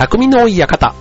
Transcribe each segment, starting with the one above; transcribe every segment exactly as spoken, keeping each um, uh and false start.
匠の館。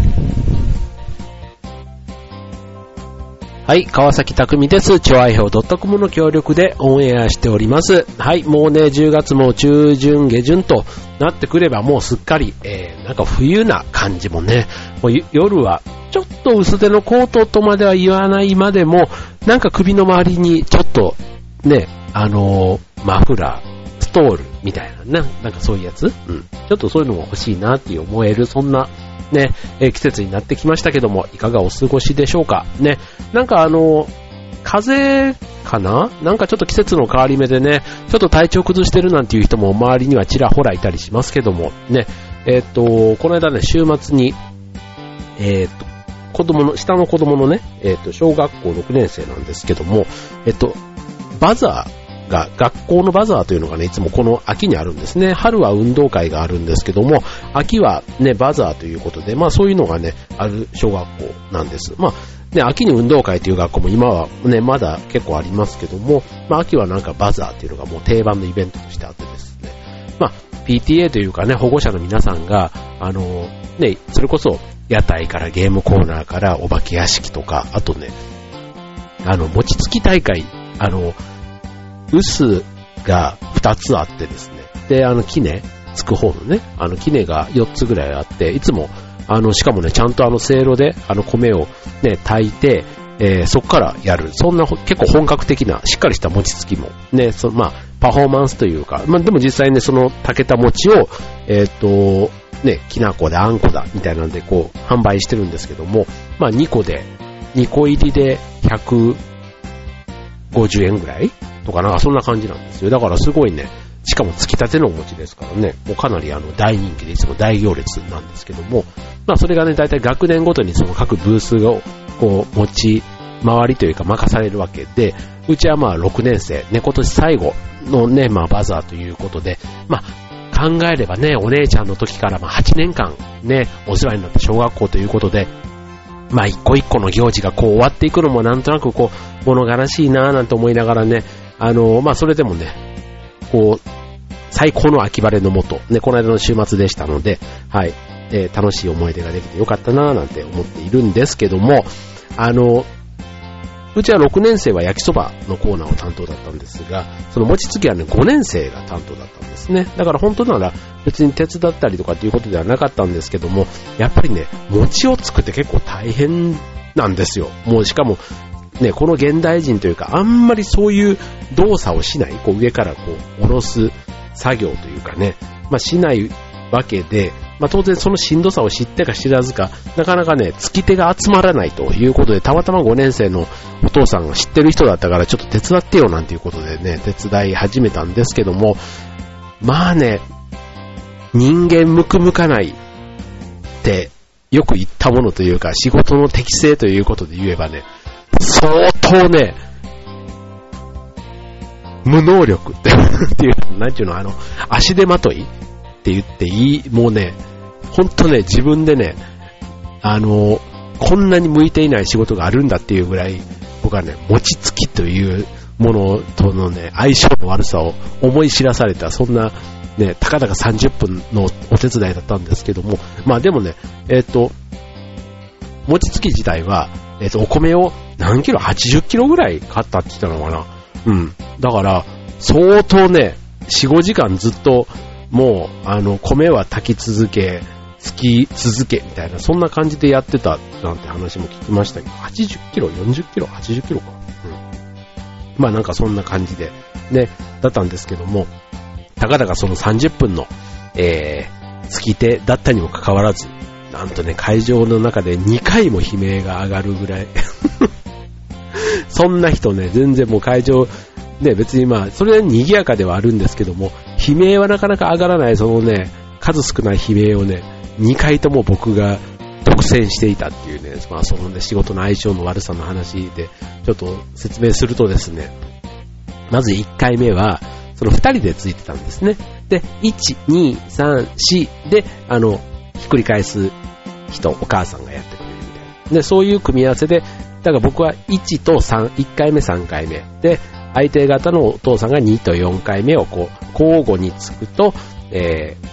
はい、川崎匠です。チョアイヘオ .com の協力でオンエアしております。はい、もうね、じゅうがつも中旬下旬となってくればもうすっかり、えー、なんか冬な感じもね、もう夜はちょっと薄手のコートとまでは言わないまでも、なんか首の周りにちょっとね、あのー、マフラー、ストールみたいな、なんかそういうやつ、うん、ちょっとそういうのも欲しいなって思える、そんなね、えー、季節になってきましたけども、いかがお過ごしでしょうかね。なんかあの風邪かな、なんかちょっと季節の変わり目でね、ちょっと体調崩してるなんていう人も周りにはちらほらいたりしますけどもね。えー、っとこの間ね、週末にえー、っと子供の下の子供のね、えー、っと小学校ろくねん生なんですけども、えー、っとバザーが、学校のバザーというのがね、いつもこの秋にあるんですね。春は運動会があるんですけども、秋はね、バザーということで、まあそういうのがね、ある小学校なんです。まあね、秋に運動会という学校も今はね、まだ結構ありますけども、まあ秋はなんかバザーというのがもう定番のイベントとしてあってですね、まあ ピーティーエー というかね、保護者の皆さんが、あのね、それこそ屋台からゲームコーナーからお化け屋敷とか、あとね、あの、餅つき大会、あの、臼がふたつあってですね。で、あの、きね、つく方のね、あの、きねがよっつぐらいあって、いつも、あの、しかもね、ちゃんとあの、せいろで、あの、米をね、炊いて、えー、そこからやる。そんな、結構本格的な、しっかりした餅つきも、ね、そまあ、パフォーマンスというか、まあ、でも実際ね、その、炊けた餅を、えっと、ね、きなこであんこだ、みたいなんで、こう、販売してるんですけども、まあ、にこで、にこ入りでひゃくごじゅうえんぐらいとかなんかそんな感じなんですよ。だからすごいね、しかもつきたてのお餅ですからね、もうかなりあの大人気でいつも大行列なんですけども、まあそれがね、だいたい学年ごとにその各ブースをこう持ち回りというか任されるわけで、うちはまあろくねん生、ね、今年最後のね、まあバザーということで、まあ考えればね、お姉ちゃんの時からまあはちねんかんね、お世話になった小学校ということで、まあ一個一個の行事がこう終わっていくのもなんとなくこう物悲しいなぁなんて思いながらね、あのまあそれでもね、こう最高の秋晴れのもとね、この間の週末でしたので、はい、えー、楽しい思い出ができてよかったなぁなんて思っているんですけども、あのうちはろくねん生は焼きそばのコーナーを担当だったんですが、その餅つきはねごねん生が担当だったんですね。だから本当なら別に手伝ったりとかっていうことではなかったんですけども、やっぱりね、餅をつくって結構大変なんですよ。もうしかもね、この現代人というか、あんまりそういう動作をしない、こう上からこう下ろす作業というかね、まあしないわけで、まあ当然そのしんどさを知ってか知らずか、なかなかね、つき手が集まらないということで、たまたまごねん生のお父さんが知ってる人だったからちょっと手伝ってよなんていうことでね、手伝い始めたんですけども、まあね、人間向く向かないってよく言ったものというか、仕事の適性ということで言えばね、相当ね、無能力っていう、なんていうの、あの、足手まといって言っていい、もうね、ほんとね、自分でね、あの、こんなに向いていない仕事があるんだっていうぐらい、僕はね、餅つきというものとのね、相性の悪さを思い知らされた、そんな、ね、たかだかさんじゅっぷんのお手伝いだったんですけども、まあでもね、えっと、餅つき自体は、えっと、お米を何キロ ?はちじゅっキロぐらい買ったって言ったのかな。うん。だから、相当ね、よん、ごじかんずっと、もう、あの、米は炊き続け、つき続け、みたいな、そんな感じでやってた、なんて話も聞きましたけど、はちじゅっキロ ?よんじゅっキロ ?はちじゅっキロか。うん。まあなんかそんな感じで、ね、だったんですけども、たかだかそのさんじゅっぷんの、えー、つき手だったにもかかわらず、なんとね、会場の中でにかいも悲鳴が上がるぐらいそんな人ね、全然もう会場ね、別にまあそれで賑やかではあるんですけども、悲鳴はなかなか上がらない、そのね、数少ない悲鳴をね、にかいとも僕が独占していたっていうね、まあそのね、仕事の相性の悪さの話でちょっと説明するとですね、まずいっかいめはそのふたりでついてたんですね。で、いち、に、さん、よんで、あのひっくり返す人、お母さんがやってくれるみたいな。で、そういう組み合わせで、だから僕はいちとさん、いっかいめさんかいめで、相手方のお父さんがにとよんかいめをこう交互につくと、えー、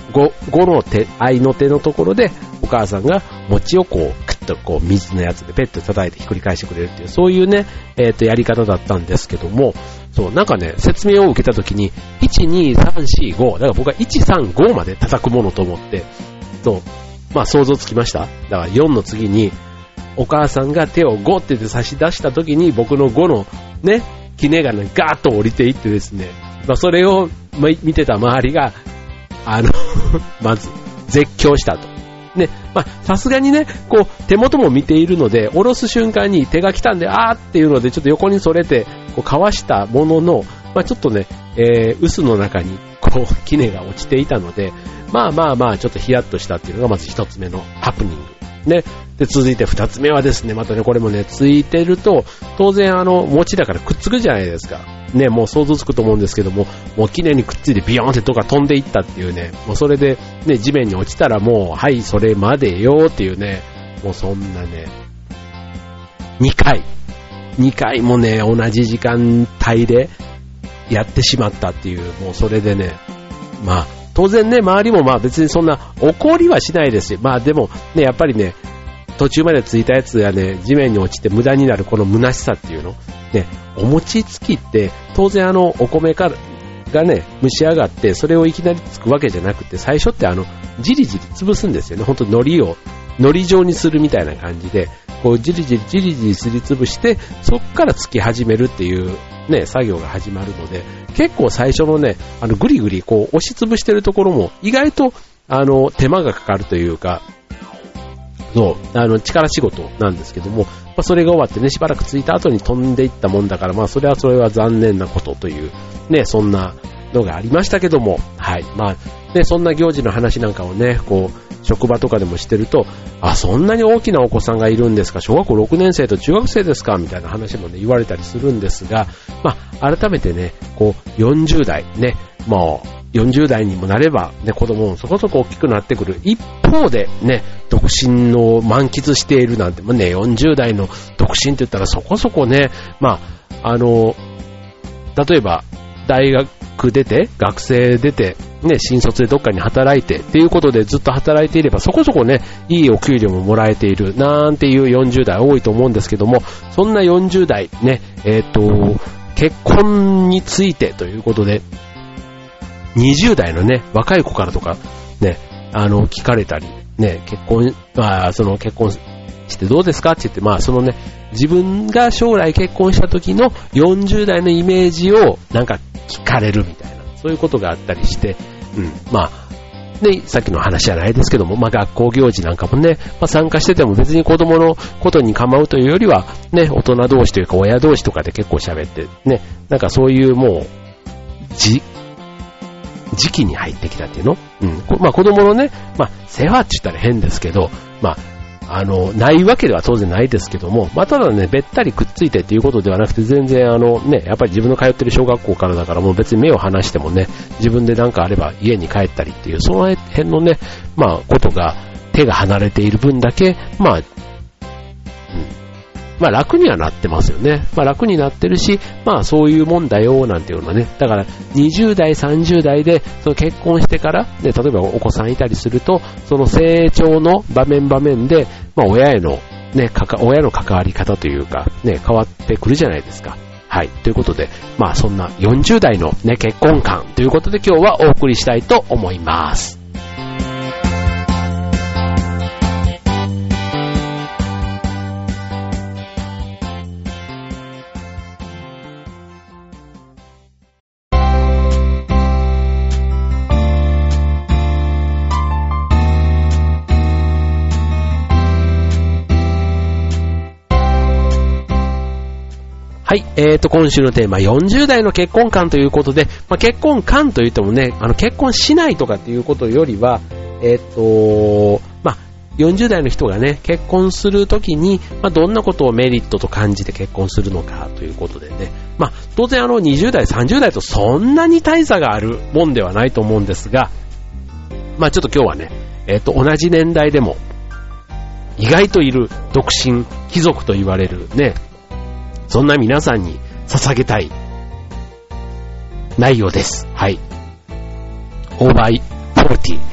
5、5の手、愛の手のところで、お母さんが餅をこう、クッとこう、水のやつでペット叩いてひっくり返してくれるっていう、そういうね、えっと、やり方だったんですけども、そう、なんかね、説明を受けたときに、いち、に、さん、し、ご、だから僕はいち、さん、ごまで叩くものと思って、そう、まあ想像つきました。だからよんの次に、お母さんが手をごって差し出したときに、僕のごのね、キネがね、ガーッと降りていってですね、まあそれを見てた周りが、あの、まず、絶叫したと。ね、まあ、さすがにね、こう、手元も見ているので、下ろす瞬間に手が来たんで、あーっていうので、ちょっと横にそれて、こう、かわしたものの、まあ、ちょっとね、えー、臼の中に、こう、キネが落ちていたので、まあまあまあ、ちょっとヒヤッとしたっていうのが、まず一つ目のハプニング。ね。で、続いて二つ目はですね、またね、これもね、ついてると、当然あの、餅だからくっつくじゃないですか。ね、もう想像つくと思うんですけども、もう記念にくっついてビヨーンってとか飛んでいったっていうね、もうそれで、ね、地面に落ちたらもう、はい、それまでよっていうね、もうそんなね、にかい、にかいもね、同じ時間帯でやってしまったっていう、もうそれでね、まあ、当然ね、周りもまあ別にそんな怒りはしないですし、まあでもね、やっぱりね、途中までついたやつがね、地面に落ちて無駄になるこの虚しさっていうの。ね、お餅つきって当然あのお米からがね、蒸し上がってそれをいきなりつくわけじゃなくて、最初ってあの、じりじり潰すんですよね。ほんと海苔を、海苔状にするみたいな感じで、こうじりじりじりじりすり潰して、そっからつき始めるっていうね、作業が始まるので、結構最初のね、あのぐりぐりこう押しつぶしてるところも意外とあの手間がかかるというか、そう、あの力仕事なんですけども、まあ、それが終わってね、しばらくついた後に飛んでいったもんだから、まあそれはそれは残念なことというね、そんなのがありましたけども、はい、まあね、そんな行事の話なんかをね、こう職場とかでもしてると、あ、そんなに大きなお子さんがいるんですか、小学校ろくねん生と中学生ですかみたいな話もね、言われたりするんですが、まあ、改めてね、こう、よんじゅう代、ね、もう、よんじゅう代にもなれば、ね、子供もそこそこ大きくなってくる。一方で、ね、独身の満喫しているなんて、まあね、よんじゅう代の独身って言ったらそこそこね、まあ、あの、例えば、大学出て、学生出て、ね、新卒でどっかに働いてっていうことでずっと働いていればそこそこね、いいお給料ももらえているなんていうよんじゅう代多いと思うんですけども、そんなよんじゅう代ね、えっと、結婚についてということで、にじゅう代のね、若い子からとかね、あの、聞かれたり、ね、結婚、まあ、その結婚してどうですかって言って、まあ、そのね、自分が将来結婚した時のよんじゅう代のイメージをなんか聞かれるみたいな、そういうことがあったりして、うん、まあ、ね、さっきの話じゃないですけども、まあ学校行事なんかもね、まあ参加してても別に子供のことに構うというよりは、ね、大人同士というか親同士とかで結構喋って、ね、なんかそういうもう、じ、時期に入ってきたっていうの、うん、まあ子供のね、まあ世話って言ったら変ですけど、まあ、あの、ないわけでは当然ないですけども、まあ、ただね、べったりくっついてっていうことではなくて、全然あのね、やっぱり自分の通ってる小学校からだからもう別に目を離してもね、自分でなんかあれば家に帰ったりっていう、その辺のね、まあ、ことが手が離れている分だけ、まあ、うん、まあ楽にはなってますよね。まあ楽になってるし、まあそういうもんだよなんていうのはね。だからにじゅう代、さんじゅう代でその結婚してから、ね、例えばお子さんいたりすると、その成長の場面場面で、まあ親へのね、かか、親の関わり方というか、ね、変わってくるじゃないですか。はい。ということで、まあそんなよんじゅう代のね、結婚観ということで今日はお送りしたいと思います。はい、えーと、今週のテーマ、よんじゅう代の結婚観ということで、まあ、結婚観といってもね、あの、結婚しないとかっていうことよりは、えーと、まあ、よんじゅう代の人がね、結婚するときに、まあ、どんなことをメリットと感じて結婚するのかということでね、まあ、当然あの、にじゅう代、さんじゅう代とそんなに大差があるもんではないと思うんですが、まあ、ちょっと今日はね、えーと、同じ年代でも、意外といる独身、貴族と言われるね、そんな皆さんに捧げたい内容です。はい。オーバーフォーティー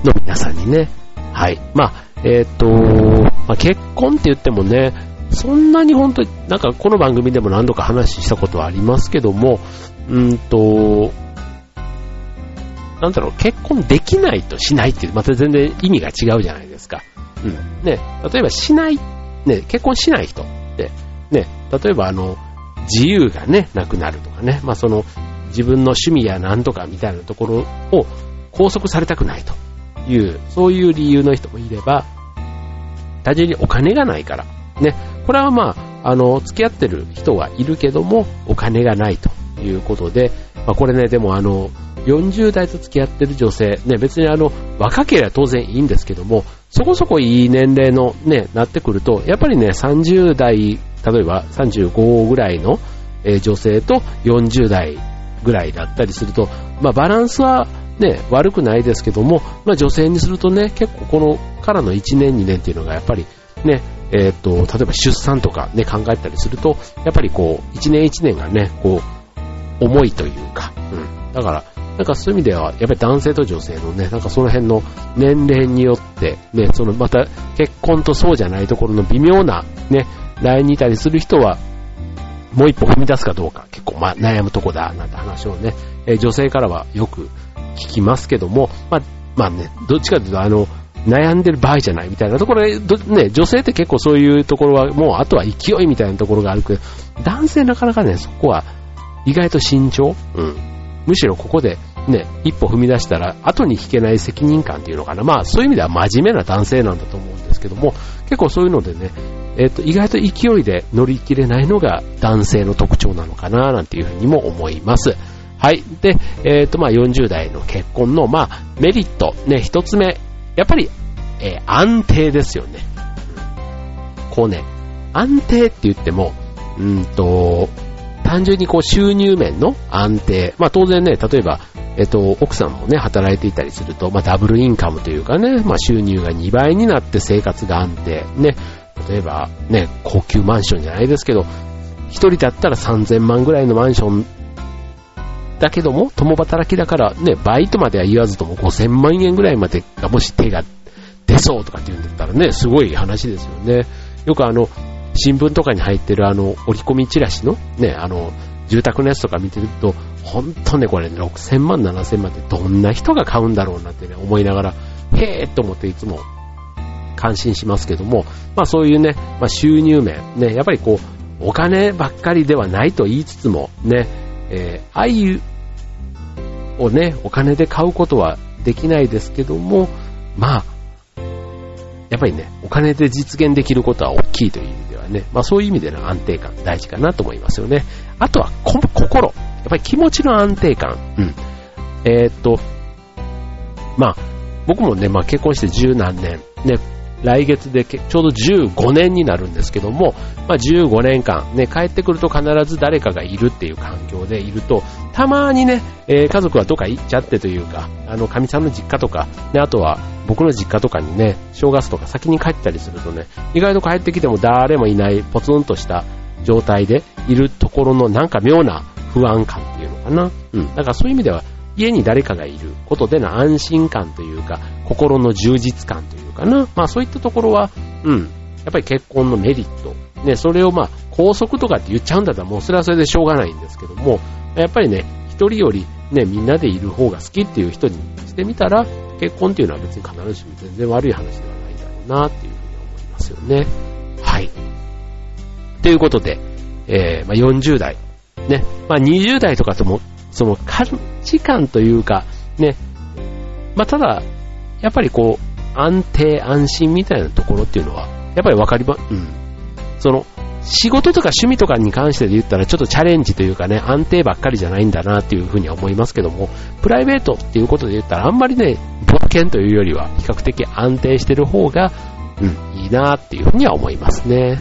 の皆さんにね、はい。まあ、えっと、まあ、結婚って言ってもね、そんなに本当に、なんかこの番組でも何度か話したことはありますけども、うんと、なんだろう、結婚できないとしないっていう、また全然意味が違うじゃないですか。うん。ね、例えばしない、ね、結婚しない人って、ね、例えばあの、自由がね、なくなるとかね、まあその、自分の趣味やなんとかみたいなところを拘束されたくないという、そういう理由の人もいれば、単純にお金がないから、ね、これはまあ、あの、付き合ってる人はいるけども、お金がないということで、まあこれね、でもあの、よんじゅう代と付き合ってる女性、ね、別にあの、若ければ当然いいんですけども、そこそこいい年齢のね、なってくると、やっぱりね、さんじゅう代、例えばさんじゅうごぐらいの、えー、女性とよんじゅう代ぐらいだったりすると、まあバランスはね、悪くないですけども、まあ女性にするとね、結構このからのいちねんにねんっていうのがやっぱりね、えっと、例えば出産とかね、考えたりすると、やっぱりこう、いちねんいちねんがね、こう、重いというか、うん。だから、なんかそういう意味では、やっぱり男性と女性のね、なんかその辺の年齢によって、ね、そのまた結婚とそうじゃないところの微妙なね、ラインにいたりする人は、もう一歩踏み出すかどうか、結構まあ悩むとこだ、なんて話をね、えー、女性からはよく聞きますけども、まあ、まあね、どっちかというと、あの、悩んでる場合じゃないみたいなところで、ね、女性って結構そういうところは、もうあとは勢いみたいなところがあるけど、男性なかなかね、そこは意外と慎重、うん。むしろここでね、一歩踏み出したら後に引けない責任感っていうのかな。まあそういう意味では真面目な男性なんだと思うんですけども、結構そういうのでね、えっと、意外と勢いで乗り切れないのが男性の特徴なのかななんていうふうにも思います。はい。で、えっとまあよんじゅう代の結婚のまあメリット、ね、一つ目、やっぱり、えー、安定ですよね。こうね、安定って言っても、うんと、単純にこう収入面の安定。まあ当然ね、例えば、えっと、奥さんもね、働いていたりすると、まあダブルインカムというかね、まあ収入がにばいになって生活が安定。ね、例えばね、高級マンションじゃないですけど、一人だったらさんぜんまんぐらいのマンションだけども、共働きだからね、バイトまでは言わずともごせんまんえんぐらいまでがもし手が出そうとかって言うんだったらね、すごい話ですよね。よくあの、新聞とかに入ってるあの折り込みチラシのね、あの住宅のやつとか見てると、本当ねこれろくせんまんななせんまんってどんな人が買うんだろうなってね思いながら、へーっと思っていつも感心しますけども、まあそういうね、まあ、収入面ね、やっぱりこうお金ばっかりではないと言いつつもね、えー、愛をねお金で買うことはできないですけども、まあやっぱりねお金で実現できることは大きいという意味ではね、まあそういう意味での安定感大事かなと思いますよね。あとはこ心、やっぱり気持ちの安定感。うん。えー、っと、まあ僕もね、まあ結婚して十何年ね、来月でちょうどじゅうごねんになるんですけども、まあじゅうごねんかんね、帰ってくると必ず誰かがいるっていう環境でいると、たまにね、えー、家族はどっか行っちゃってというか、あの、かみさんの実家とか、ね、あとは僕の実家とかにね、正月とか先に帰ったりするとね、意外と帰ってきても誰もいないポツンとした状態でいるところのなんか妙な不安感っていうのかな。うん。だからそういう意味では、家に誰かがいることでの安心感というか、心の充実感というかな。まあそういったところは、うん。やっぱり結婚のメリット。ね、それをまあ、拘束とかって言っちゃうんだったらもうそれはそれでしょうがないんですけども、やっぱりね、一人よりね、みんなでいる方が好きっていう人にしてみたら、結婚っていうのは別に必ずしも全然悪い話ではないんだろうなっていうふうに思いますよね。はい。ということで、えー、まあよんじゅう代、ね、まあにじゅう代とかとも、その価値観というか、ね、まあただ、やっぱりこう、安定安心みたいなところっていうのは、やっぱりわかりま、うん。その、仕事とか趣味とかに関してで言ったらちょっとチャレンジというかね、安定ばっかりじゃないんだなっていうふうには思いますけども、プライベートっていうことで言ったらあんまりね、冒険というよりは比較的安定してる方が、うん、いいなっていうふうには思いますね。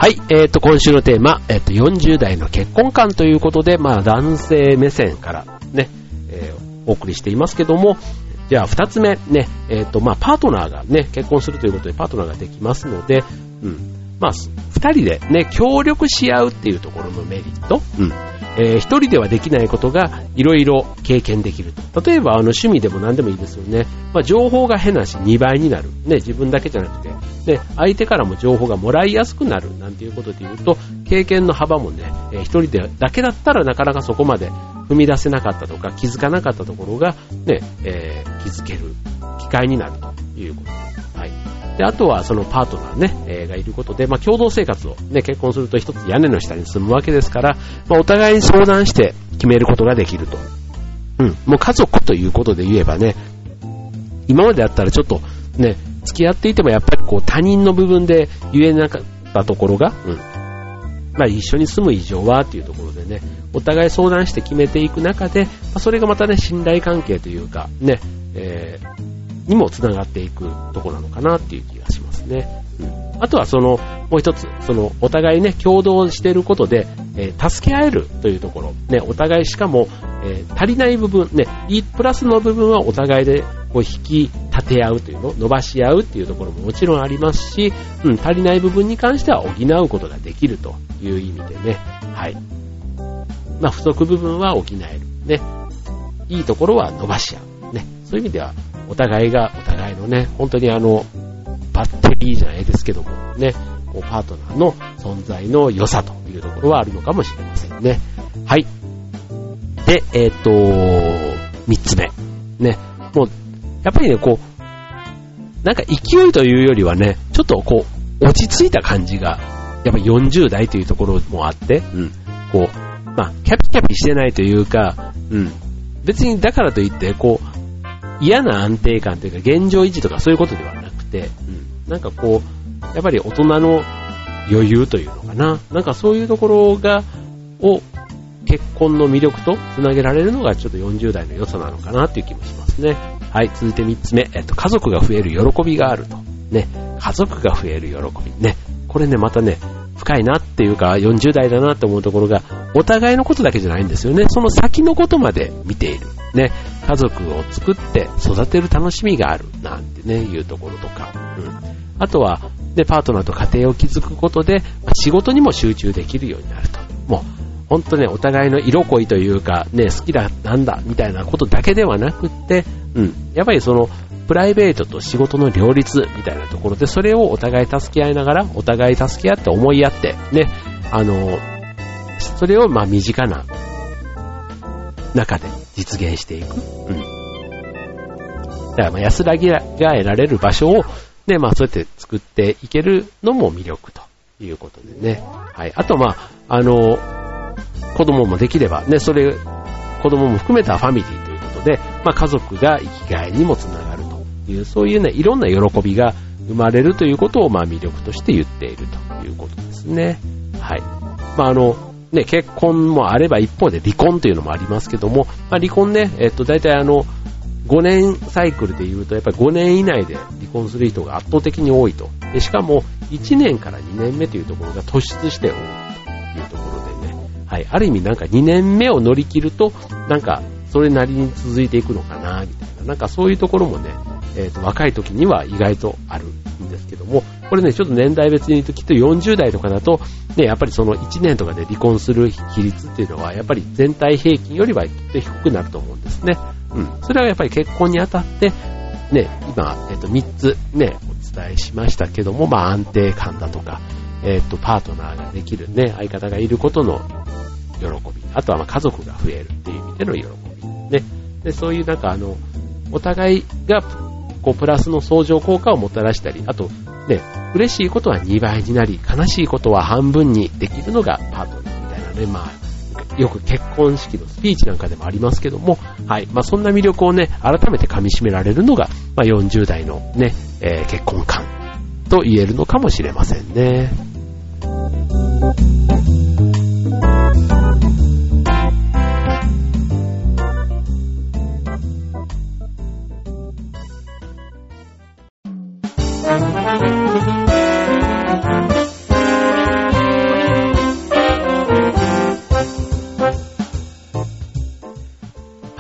はい、えっと、今週のテーマ、えっと、よんじゅう代の結婚観ということで、まあ、男性目線からね、えー、お送りしていますけども、じゃあ、二つ目、ね、えっと、まあ、パートナーがね、結婚するということで、パートナーができますので、うん。まあ、二人でね、協力し合うっていうところのメリット、うん。えー、一人ではできないことがいろいろ経験できると。例えばあの趣味でも何でもいいですよね。まあ、情報が変なしにばいになる。ね、自分だけじゃなくて、ね、相手からも情報がもらいやすくなるなんていうことで言うと、経験の幅もね、えー、一人でだけだったらなかなかそこまで踏み出せなかったとか気づかなかったところがね、えー、気づける機会になるということです。はい。で、あとはそのパートナーね、えー、がいることで、まあ、共同生活をね、結婚すると一つ屋根の下に住むわけですから、まあ、お互いに相談して決めることができると。うん。もう家族ということで言えばね、今までだったらちょっとね、付き合っていてもやっぱりこう他人の部分で言えなかったところが、うん。まあ、一緒に住む以上はっていうところでね、お互い相談して決めていく中で、まあ、それがまたね、信頼関係というか、ね、えーにもつながっていくところなのかなっていう気がしますね。うん、あとはそのもう一つ、そのお互いね共同していることで、えー、助け合えるというところ、ね、お互いしかも、えー、足りない部分ね、プラスの部分はお互いでこう引き立て合うというの、伸ばし合うっていうところももちろんありますし、うん、足りない部分に関しては補うことができるという意味でね、はい。まあ不足部分は補えるね、いいところは伸ばし合うね、そういう意味では。お互いが、お互いのね、本当にあの、バッテリーじゃないですけども、ね、パートナーの存在の良さというところはあるのかもしれませんね。はい。で、えっと、三つ目。ね、もう、やっぱりね、こう、なんか勢いというよりはね、ちょっとこう、落ち着いた感じが、やっぱりよんじゅう代というところもあって、うん、こう、まあ、キャピキャピしてないというか、うん、別にだからといって、こう、嫌な安定感というか現状維持とかそういうことではなくて、うん、なんかこうやっぱり大人の余裕というのかな、なんかそういうところがを結婚の魅力とつなげられるのがちょっとよんじゅう代の良さなのかなっていう気もしますね。はい、続いてみっつめ、えっと家族が増える喜びがあるとね、家族が増える喜びね、これねまたね深いなっていうかよんじゅう代だなって思うところがお互いのことだけじゃないんですよね。その先のことまで見ているね、家族を作って育てる楽しみがあるなんてねいうところとか、うん、あとはでパートナーと家庭を築くことで仕事にも集中できるようになると、もう本当ねお互いの色恋というかね好きだなんだみたいなことだけではなくって、うん、やっぱりそのプライベートと仕事の両立みたいなところでそれをお互い助け合いながらお互い助け合って思いやってね、あのそれをまあ身近な中で実現していく。うん。だからまあ安らぎが得られる場所をね、まあそうやって作っていけるのも魅力ということでね。はい。あとまあ、あの、子供もできればね、それ、子供も含めたファミリーということで、まあ家族が生きがいにもつながるという、そういうね、いろんな喜びが生まれるということをまあ魅力として言っているということですね。はい。まああの、ね、結婚もあれば一方で離婚というのもありますけども、まあ、離婚ね、えっと、大体あの、ごねんサイクルで言うと、やっぱりごねん以内で離婚する人が圧倒的に多いと。で、しかも、いちねんからにねんめというところが突出して多いというところでね、はい、ある意味なんかにねんめを乗り切ると、なんか、それなりに続いていくのかな、みたいな、なんかそういうところもね、えっと、若い時には意外とあるんですけども、これね、ちょっと年代別に言うときっとよんじゅう代とかだと、ね、やっぱりそのいちねんとかで離婚する比率っていうのは、やっぱり全体平均よりはきっと低くなると思うんですね。うん。それはやっぱり結婚にあたって、ね、今、えっと、みっつね、お伝えしましたけども、まあ安定感だとか、えっと、パートナーができるね、相方がいることの喜び、あとはまあ家族が増えるっていう意味での喜び、ね。で、そういうなんかあの、お互いが、こうプラスの相乗効果をもたらしたり、あとね、嬉しいことはにばいになり、悲しいことは半分にできるのがパートナーみたいなね、まあよく結婚式のスピーチなんかでもありますけども、はい、まあそんな魅力をね、改めて噛み締められるのが、まあよんじゅう代のね、えー、結婚観と言えるのかもしれませんね。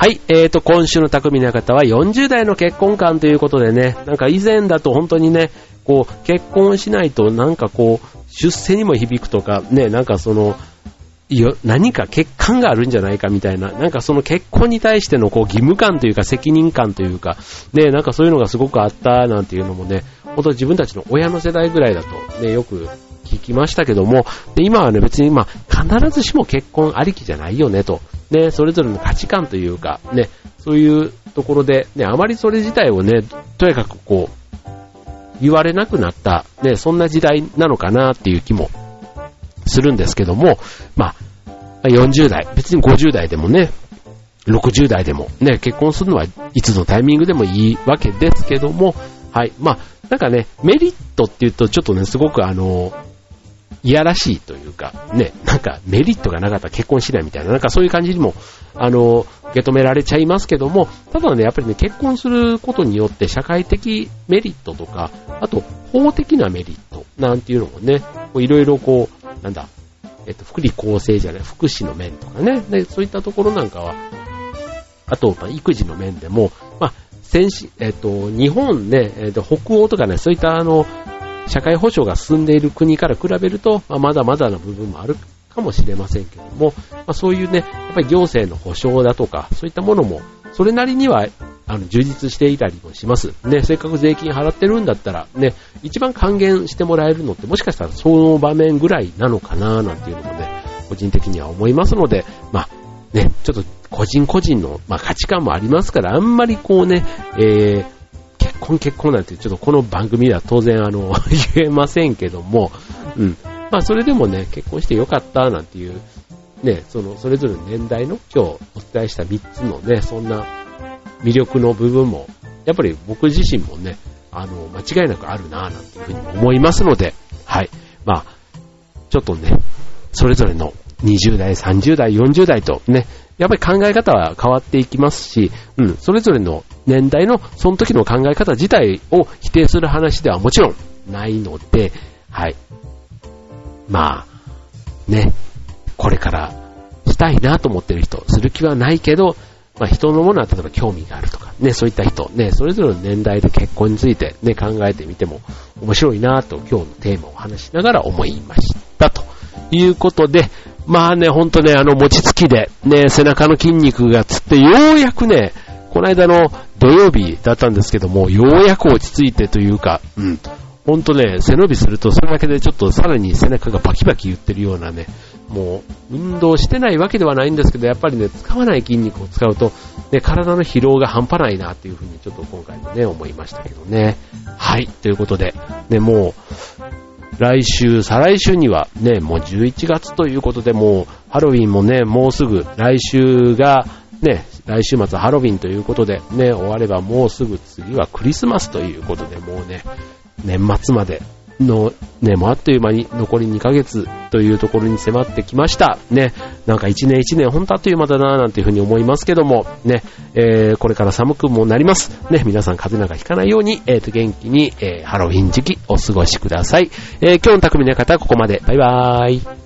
はい、えーと、今週の匠の館はよんじゅう代の結婚観ということでね、なんか以前だと本当にね、こう、結婚しないとなんかこう、出世にも響くとか、ね、なんかその、何か欠陥があるんじゃないかみたいな、なんかその結婚に対してのこう義務感というか責任感というか、ね、なんかそういうのがすごくあったなんていうのもね、本当自分たちの親の世代ぐらいだとね、よく聞きましたけども、で今はね、別にまあ必ずしも結婚ありきじゃないよねと、ね、それぞれの価値観というか、ね、そういうところで、ね、あまりそれ自体をね、とにかくこう、言われなくなった、ね、そんな時代なのかなっていう気もするんですけども、まあ、よんじゅう代、別にごじゅう代でもね、ろくじゅう代でもね、結婚するのはいつのタイミングでもいいわけですけども、はい、まあ、なんかね、メリットっていうとちょっとね、すごくあの、いやらしいというか、ね、なんかメリットがなかったら結婚しないみたいな、なんかそういう感じにも、あの、受け止められちゃいますけども、ただね、やっぱりね、結婚することによって社会的メリットとか、あと法的なメリットなんていうのもね、いろいろこう、なんだ、えっと、福利厚生じゃない、福祉の面とかね、でそういったところなんかは、あと、まあ、育児の面でも、まあ、先進、えっと、日本ね、えっと、北欧とかね、そういったあの、社会保障が進んでいる国から比べると、まあ、まだまだな部分もあるかもしれませんけども、まあ、そういうね、やっぱり行政の保障だとか、そういったものも、それなりには、あの、充実していたりもします。ね、せっかく税金払ってるんだったら、ね、一番還元してもらえるのって、もしかしたらその場面ぐらいなのかな、なんていうのもね、個人的には思いますので、まあ、ね、ちょっと個人個人の、まあ、価値観もありますから、あんまりこうね、えー、結婚結婚なんてちょっとこの番組では当然あの言えませんけども、うん、まあそれでもね、結婚してよかったなんていうね、そのそれぞれの年代の今日お伝えしたみっつのね、そんな魅力の部分もやっぱり僕自身もね、あの間違いなくあるななんていうふうに思いますので、はい、まあちょっとね、それぞれのにじゅう代、さんじゅう代、よんじゅう代とね、やっぱり考え方は変わっていきますし、うん、それぞれの年代のその時の考え方自体を否定する話ではもちろんないので、はい。まあ、ね、これからしたいなと思ってる人、する気はないけど、まあ人のものは例えば興味があるとか、ね、そういった人、ね、それぞれの年代で結婚についてね、考えてみても面白いなと今日のテーマを話しながら思いましたということで、まあね、ほんとね、あの、餅つきで、ね、背中の筋肉がつって、ようやくね、この間の土曜日だったんですけども、ようやく落ち着いてというか、うん、ほんとね、背伸びすると、それだけでちょっとさらに背中がバキバキ言ってるようなね、もう、運動してないわけではないんですけど、やっぱりね、使わない筋肉を使うと、ね、体の疲労が半端ないなっていうふうにちょっと今回もね、思いましたけどね。はい、ということで、ね、もう、来週、再来週にはね、もうじゅういちがつということで、もうハロウィンもね、もうすぐ来週がね、来週末ハロウィンということでね、終わればもうすぐ次はクリスマスということで、もうね、年末までのね、もうあっという間に残りにかげつというところに迫ってきましたね。なんか一年一年本当あっという間だななんていうふうに思いますけどもね、えー、これから寒くもなりますね。皆さん風邪なんかひかないように、えーと元気に、えー、ハロウィン時期お過ごしください。えー、今日の匠の方はここまで。バイバーイ。